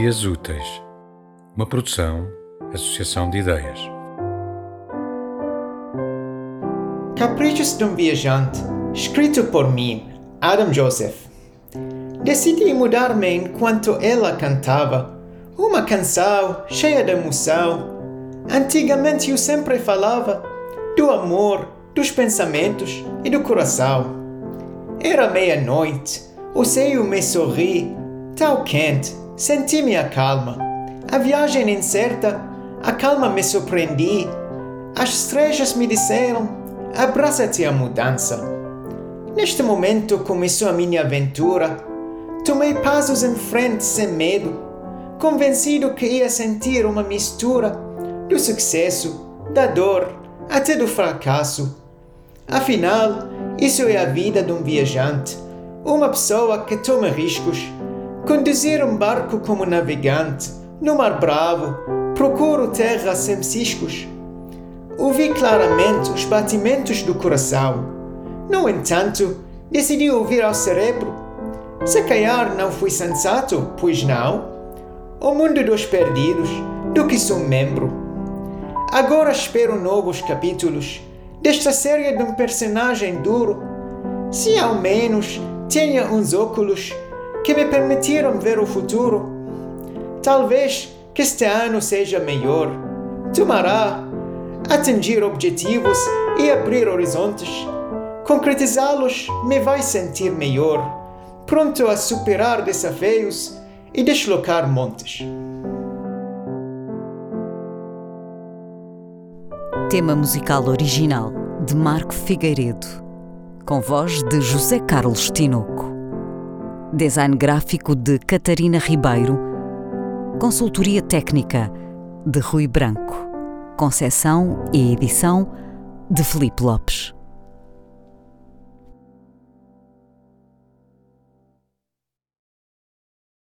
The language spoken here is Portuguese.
Dias Úteis, uma produção, associação de ideias. Caprichos de um Viajante, escrito por mim, Adam Joseph. Decidi mudar-me enquanto ela cantava, uma canção cheia de emoção. Antigamente eu sempre falava do amor, dos pensamentos e do coração. Era meia-noite, o céu me sorri, tão quente, senti-me a calma. A viagem incerta, a calma me surpreendi. As estrelas me disseram, abraça-te à mudança. Neste momento começou a minha aventura. Tomei passos em frente sem medo, convencido que ia sentir uma mistura do sucesso, da dor, até do fracasso. Afinal, isso é a vida de um viajante, uma pessoa que toma riscos. Conduzir um barco como navegante, no mar bravo, procuro terra sem ciscos. Ouvi claramente os batimentos do coração. No entanto, decidi ouvir ao cérebro. Se calhar não fui sensato, pois não? O mundo dos perdidos, do que sou membro. Agora espero novos capítulos desta série de um personagem duro. Se ao menos tenha uns óculos que me permitiram ver o futuro. Talvez que este ano seja melhor. Tomará atingir objetivos e abrir horizontes. Concretizá-los me vai sentir melhor, pronto a superar desafios e deslocar montes. Tema musical original de Marco Figueiredo, com voz de José Carlos Tinoco. Design gráfico de Catarina Ribeiro. Consultoria técnica de Rui Branco. Conceção e edição de Filipe Lopes.